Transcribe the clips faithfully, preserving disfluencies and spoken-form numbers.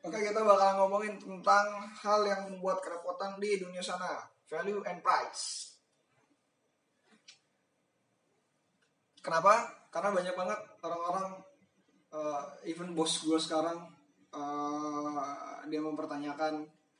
Oke, kita bakal ngomongin tentang hal yang membuat kerepotan di dunia sana, value and price. Kenapa? Karena banyak banget orang-orang, uh, even bos gue sekarang, uh, dia mempertanyakan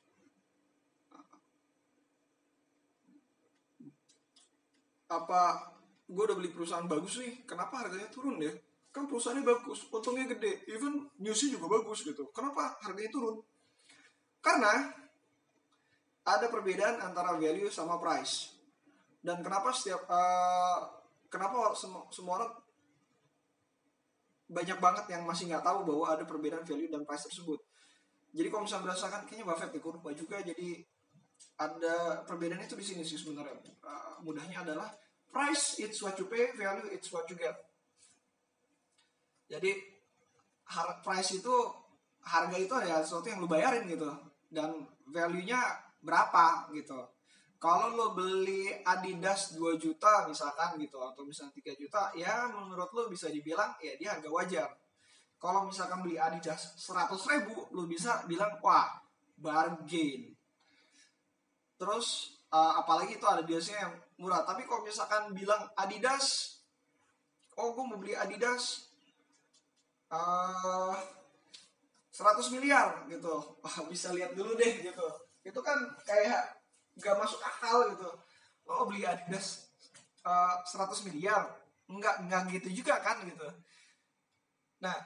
apa gue udah beli perusahaan bagus nih, kenapa harganya turun ya? Kan perusahaannya bagus, untungnya gede, even newsnya juga bagus gitu. Kenapa harganya turun? Karena ada perbedaan antara value sama price. Dan kenapa setiap uh, kenapa semua, semua orang banyak banget yang masih nggak tahu bahwa ada perbedaan value dan price tersebut. Jadi kalau misalnya berdasarkan, kayaknya Buffett ikut lupa juga. Jadi ada perbedaan itu di sini sih sebenarnya. Uh, mudahnya adalah price it's what you pay, value it's what you get. Jadi har- price itu, harga itu ya sesuatu yang lu bayarin gitu, dan value-nya berapa gitu. Kalau lo beli Adidas dua juta misalkan gitu, atau misalnya tiga juta, ya menurut lo bisa dibilang ya dia harga wajar. Kalau misalkan beli Adidas seratus ribu, lo bisa bilang wah bargain. Terus uh, apalagi itu ada Adidasnya yang murah. Tapi kalau misalkan bilang Adidas, oh gue mau beli Adidas uh, seratus miliar gitu, wah bisa lihat dulu deh gitu. Itu kan kayak gak masuk akal gitu. Lo beli Adidas uh, seratus miliar, enggak enggak gitu juga kan gitu. Nah,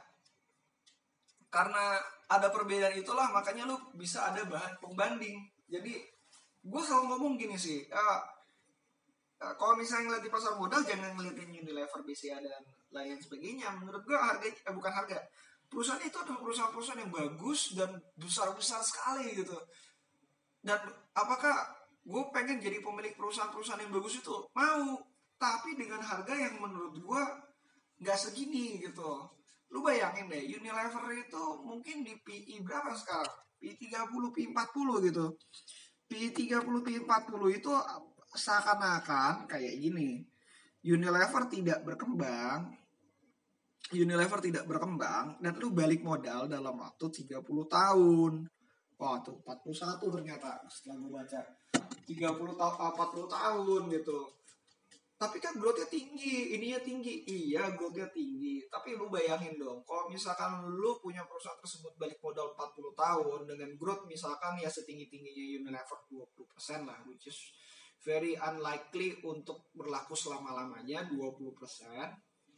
karena ada perbedaan itulah makanya lu bisa ada bahan pembanding. Jadi gue selalu ngomong gini sih, uh, uh, kalau misalnya ngeliat di pasar modal jangan ngeliatin Unilever, B C A dan lain sebagainya. Menurut gue harga eh, bukan harga, perusahaan itu adalah perusahaan-perusahaan yang bagus dan besar-besar sekali gitu. Dan apakah gue pengen jadi pemilik perusahaan-perusahaan yang bagus itu? Mau, tapi dengan harga yang menurut gue gak segini gitu. Lu bayangin deh, Unilever itu mungkin di P I berapa sekarang? P I tiga puluh, P I empat puluh gitu. P I tiga puluh, P I empat puluh itu seakan-akan kayak gini. Unilever tidak berkembang, Unilever tidak berkembang, dan lu balik modal dalam waktu tiga puluh tahun. Wah tuh empat puluh satu ternyata setelah gue baca. tiga puluh tahun, empat puluh tahun gitu. Tapi kan growth-nya tinggi, ininya tinggi. Iya, growth-nya tinggi. Tapi lu bayangin dong, kalau misalkan lu punya perusahaan tersebut balik modal empat puluh tahun dengan growth misalkan ya setinggi-tingginya Unilever dua puluh persen lah, which is very unlikely untuk berlaku selama-lamanya dua puluh persen.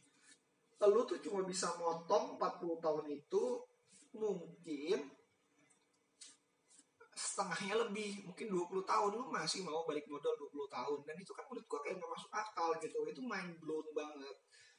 Lu tuh cuma bisa motong empat puluh tahun itu mungkin setengahnya lebih, mungkin dua puluh tahun lu masih mau balik modal dua puluh tahun. Dan itu kan menurut gue kayak gak masuk akal gitu. Itu mind blown banget.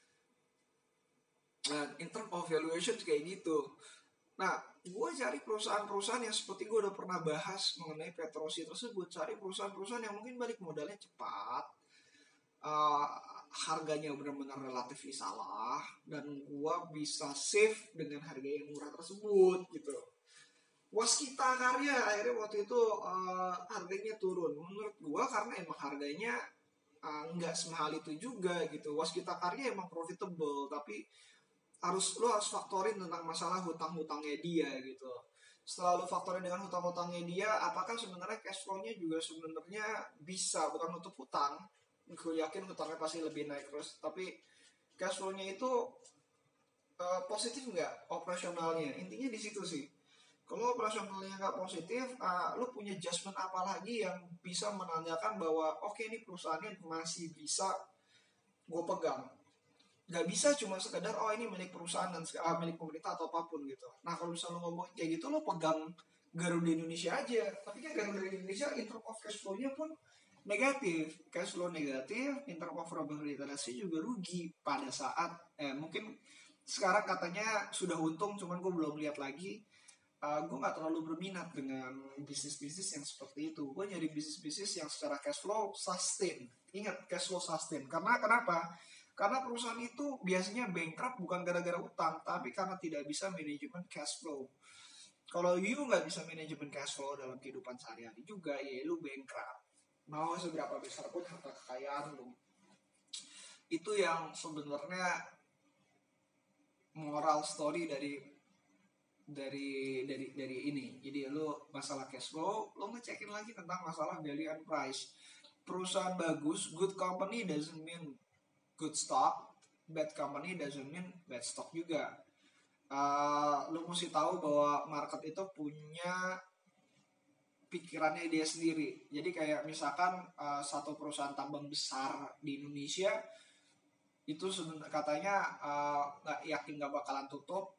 Dan in term of valuation kayak gitu. Nah, gue cari perusahaan-perusahaan yang seperti gue udah pernah bahas mengenai Petrosi tersebut. Cari perusahaan-perusahaan yang mungkin balik modalnya cepat, uh, harganya benar-benar relatif salah, dan gue bisa save dengan harga yang murah tersebut gitu. Waskita Karya akhirnya waktu itu uh, harganya turun menurut gua karena emang harganya uh, nggak semahal itu juga gitu. Waskita Karya emang profitable, tapi harus lo harus faktorin tentang masalah hutang-hutangnya dia gitu. Setelah lo faktorin dengan hutang-hutangnya dia, apakah sebenarnya cash flow-nya juga sebenarnya bisa, bukan nutup hutang. Gue yakin hutangnya pasti lebih naik terus, tapi cash flow-nya itu uh, positif nggak operasionalnya. Intinya di situ sih. Kalau operasionalnya nggak positif, uh, lu punya judgement apa lagi yang bisa menandakan bahwa oke okay, ini perusahaannya masih bisa gue pegang. Nggak bisa cuma sekedar oh ini milik perusahaan dan uh, milik pemerintah atau apapun gitu. Nah kalau misalnya lu ngomong kayak gitu, lu pegang Garuda Indonesia aja. Tapi kan Garuda Indonesia in term of cash flow-nya pun negatif. Cash flow negatif, in term of profitability juga rugi pada saat eh mungkin sekarang katanya sudah untung, cuman gue belum lihat lagi. Uh, gue gak terlalu berminat dengan bisnis-bisnis yang seperti itu. Gue nyari bisnis-bisnis yang secara cash flow sustain. Ingat, cash flow sustain. Karena kenapa? Karena perusahaan itu biasanya bankrupt bukan gara-gara utang, tapi karena tidak bisa manajemen cash flow. Kalau you gak bisa manajemen cash flow dalam kehidupan sehari-hari juga, ya lu bankrupt. Mau seberapa besar pun harta kekayaan lu. Itu yang sebenarnya moral story dari dari dari dari ini. Jadi lo masalah cash flow, lo ngecekin lagi tentang masalah value and price. Perusahaan bagus, good company doesn't mean good stock, bad company doesn't mean bad stock juga. Uh, lo mesti tahu bahwa market itu punya pikirannya dia sendiri. Jadi kayak misalkan uh, satu perusahaan tambang besar di Indonesia itu sebenarnya katanya nggak uh, yakin nggak bakalan tutup,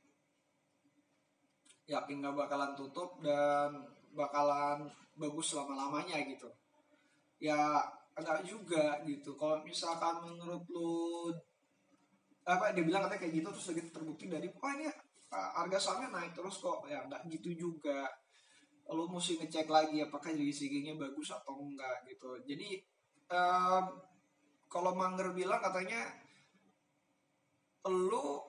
yakin nggak bakalan tutup dan bakalan bagus selama-lamanya gitu. Ya enggak juga gitu. Kalau misalkan menurut lu apa dia bilang katanya kayak gitu terus gitu terbukti dari oh ini uh, harga sahamnya naik terus kok, ya enggak gitu juga. Lu mesti ngecek lagi apakah J C G-nya bagus atau enggak gitu. Jadi um, kalau Mangger bilang katanya lu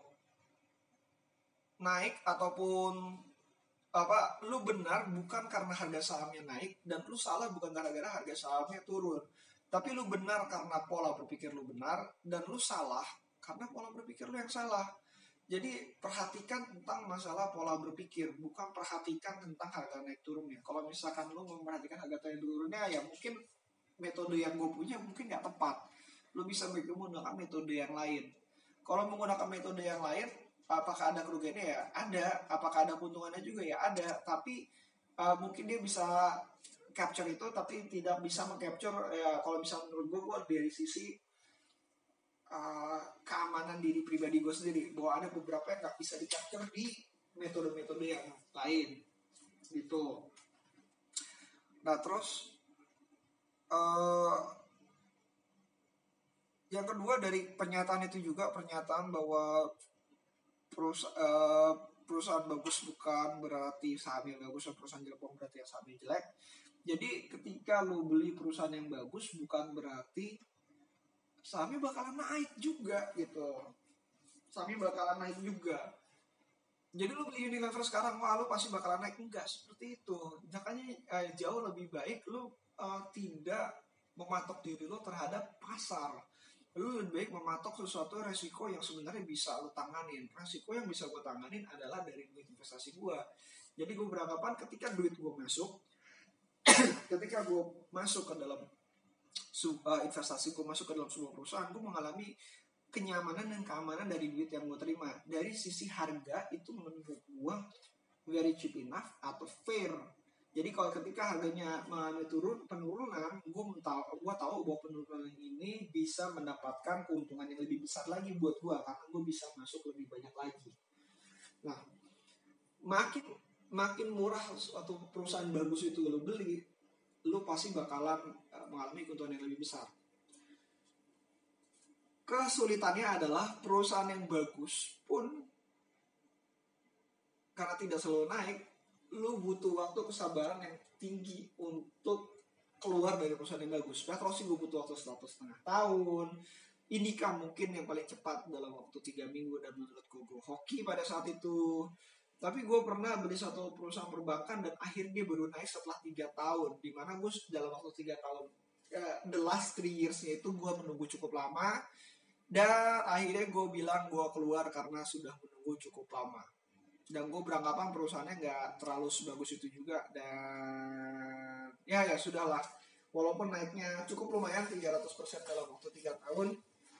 naik ataupun apa lu benar bukan karena harga sahamnya naik dan lu salah bukan gara-gara harga sahamnya turun. Tapi lu benar karena pola berpikir lu benar dan lu salah karena pola berpikir lu yang salah. Jadi perhatikan tentang masalah pola berpikir, bukan perhatikan tentang harga naik turunnya. Kalau misalkan lu memperhatikan harga naik turunnya, ya mungkin metode yang gue punya mungkin nggak tepat. Lu bisa menggunakan metode yang lain. Kalau menggunakan metode yang lain, apakah ada kerugiannya? Ya ada. Apakah ada keuntungannya juga? Ya ada. Tapi uh, mungkin dia bisa capture itu, tapi tidak bisa mengcapture. Ya, kalau misalnya menurut gue, gue dari sisi Uh, keamanan diri pribadi gue sendiri, bahwa ada beberapa yang nggak bisa di-capture di metode-metode yang lain gitu. Nah terus uh, yang kedua dari pernyataan itu juga pernyataan bahwa perusahaan, uh, perusahaan bagus bukan berarti sahamnya bagus, atau perusahaan jelek berarti sahamnya jelek. Jadi ketika lo beli perusahaan yang bagus bukan berarti sahamnya bakalan naik juga gitu. Sahamnya bakalan naik juga. Jadi lu beli Unilever sekarang, wah lu pasti bakalan naik. Enggak seperti itu. Makanya eh, jauh lebih baik lu eh, tidak mematok diri lu terhadap pasar. Lu lebih baik mematok sesuatu resiko yang sebenarnya bisa lu tanganin. Resiko yang bisa gue tanganin adalah dari duit investasi gue. Jadi gue beranggapan ketika duit gue masuk, ketika gue masuk ke dalam Uh, investasi gue masuk ke dalam sebuah perusahaan, gue mengalami kenyamanan dan keamanan dari duit yang gue terima. Dari sisi harga itu menurut gue very cheap enough atau fair. Jadi kalau ketika harganya mengalami turun penurunan, gue tahu gue tahu bahwa penurunan ini bisa mendapatkan keuntungan yang lebih besar lagi buat gue karena gue bisa masuk lebih banyak lagi. Nah, makin makin murah suatu perusahaan bagus itu lo beli, lu pasti bakalan uh, mengalami keuntungan yang lebih besar. Kesulitannya adalah perusahaan yang bagus pun karena tidak selalu naik, lu butuh waktu kesabaran yang tinggi untuk keluar dari perusahaan yang bagus. Petrosi gue butuh waktu satu setengah tahun. Indika mungkin yang paling cepat dalam waktu tiga minggu dan menurut gue, gue hoki pada saat itu. Tapi gue pernah beli satu perusahaan perbankan dan akhirnya dia baru naik setelah tiga tahun. Dimana gue dalam waktu tiga tahun, uh, the last three years-nya itu gue menunggu cukup lama. Dan akhirnya gue bilang gue keluar karena sudah menunggu cukup lama. Dan gue beranggapan perusahaannya gak terlalu sebagus itu juga. Dan ya ya sudahlah. Walaupun naiknya cukup lumayan tiga ratus persen dalam waktu tiga tahun.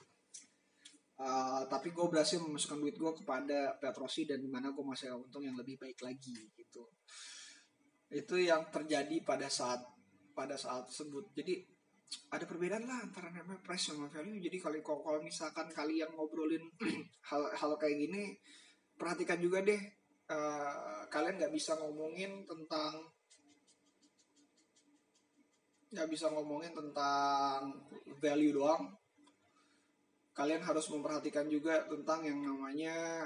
Uh, tapi gue berhasil memasukkan duit gue kepada Petrosi dan dimana gue masih untung yang lebih baik lagi gitu. Itu yang terjadi pada saat pada saat tersebut. Jadi ada perbedaan lah antara namanya price sama value. Jadi kalau kalau misalkan kalian ngobrolin hal hal kayak gini, perhatikan juga deh. Uh, kalian nggak bisa ngomongin tentang nggak bisa ngomongin tentang value doang. Kalian harus memperhatikan juga tentang yang namanya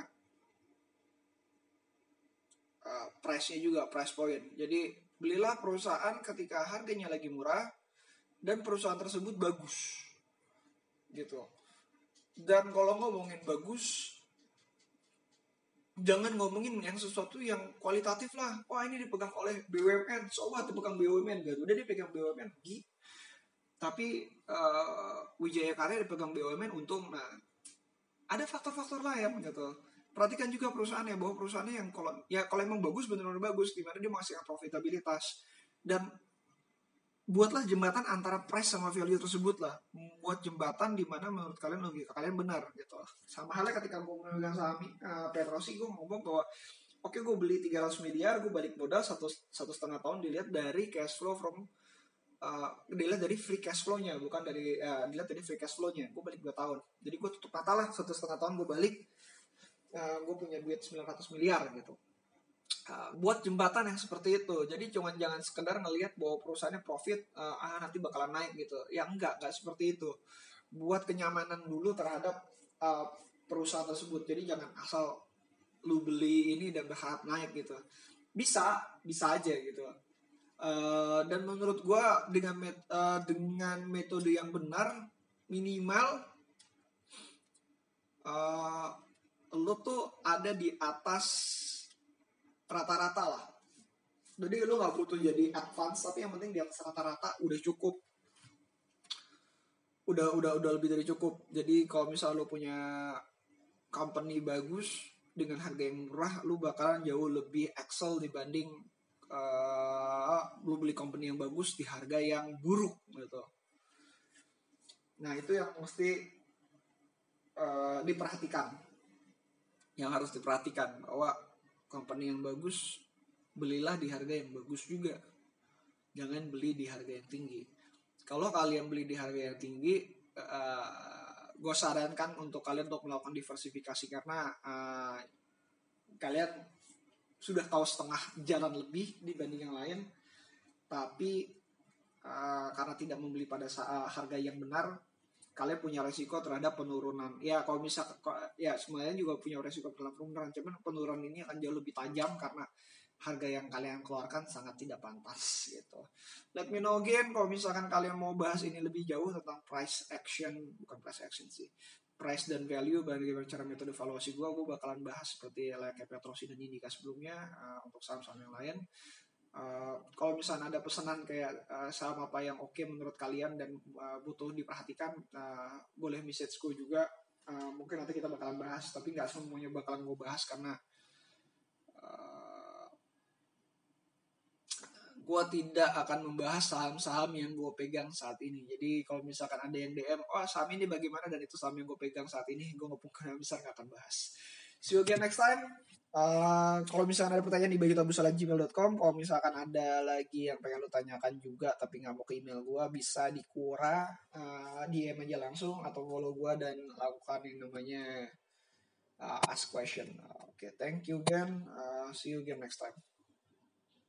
uh, price-nya juga, price point. Jadi belilah perusahaan ketika harganya lagi murah dan perusahaan tersebut bagus gitu. Dan kalau ngomongin bagus, jangan ngomongin yang sesuatu yang kualitatif lah. Wah ini dipegang oleh B U M N, sobat dipegang B U M N, udah dipegang B U M N, pergi. Tapi uh, Wijaya Karya dipegang B U M N untung. Nah, ada faktor-faktor lain gitu. perhatikan juga perusahaannya, bahwa perusahaannya yang kalau ya kalau emang bagus benar-benar bagus, dimana dia menghasilkan profitabilitas, dan buatlah jembatan antara price sama value tersebut lah. Buat jembatan di mana menurut kalian logika kalian benar gitu. Sama halnya ketika gue memegang saham uh, Petrosi, gue ngomong bahwa oke okay, gue beli tiga ratus miliar, gue balik modal satu satu setengah tahun, dilihat dari cash flow from uh, dilihat dari free cash flow-nya, bukan dari uh, dilihat dari free cash flow-nya. Gue balik dua tahun, jadi gue tutup mata lah satu setengah tahun gue balik, uh, gue punya duit sembilan ratus miliar gitu. Uh, buat jembatan yang seperti itu. Jadi cuma jangan sekedar ngelihat bahwa perusahaannya profit, uh, ah nanti bakalan naik gitu. Ya enggak, enggak seperti itu. Buat kenyamanan dulu terhadap uh, perusahaan tersebut. Jadi jangan asal lu beli ini dan berharap naik gitu. Bisa, bisa aja gitu. Uh, dan menurut gue dengan met, uh, dengan metode yang benar, minimal uh, lu tuh ada di atas rata-rata lah. Jadi lu gak butuh jadi advance, tapi yang penting di atas rata-rata udah cukup. Udah udah udah lebih dari cukup. Jadi kalau misal lu punya company bagus dengan harga yang murah, lu bakalan jauh lebih excel dibanding uh, lu beli company yang bagus di harga yang buruk gitu. Nah itu yang mesti uh, diperhatikan. Yang harus diperhatikan bahwa company yang bagus, belilah di harga yang bagus juga. Jangan beli di harga yang tinggi. Kalau kalian beli di harga yang tinggi, uh, gue sarankan untuk kalian untuk melakukan diversifikasi, karena uh, kalian sudah tahu setengah jalan lebih dibanding yang lain, tapi uh, karena tidak membeli pada saat harga yang benar, kalian punya resiko terhadap penurunan. Ya kalau misal ya semuanya juga punya resiko terhadap penurunan, cuman penurunan ini akan jauh lebih tajam karena harga yang kalian keluarkan sangat tidak pantas gitu. Let me know again kalau misalkan kalian mau bahas ini lebih jauh tentang price action, bukan price action sih, price dan value, bagaimana cara metode valuasi gue, gue bakalan bahas seperti kayak Petrosi dan Indika sebelumnya uh, untuk saham-saham yang lain. Uh, kalau misalnya ada pesanan kayak uh, saham apa yang oke okay menurut kalian dan uh, butuh diperhatikan, uh, boleh message gue juga. Uh, mungkin nanti kita bakalan bahas, tapi nggak semuanya bakalan gue bahas karena uh, gue tidak akan membahas saham-saham yang gue pegang saat ini. Jadi kalau misalkan ada yang D M, oh saham ini bagaimana, dan itu saham yang gue pegang saat ini, gue kemungkinan besar nggak akan bahas. See you again next time. Uh, kalau misalkan ada pertanyaan di bagitabusalam at gmail dot com, kalau misalkan ada lagi yang pengen lu tanyakan juga tapi nggak mau ke email gue, bisa di Quora, uh, D M aja langsung atau follow gue dan lakukan yang namanya uh, ask question. Uh, Oke, okay, thank you again. Uh, see you again next time.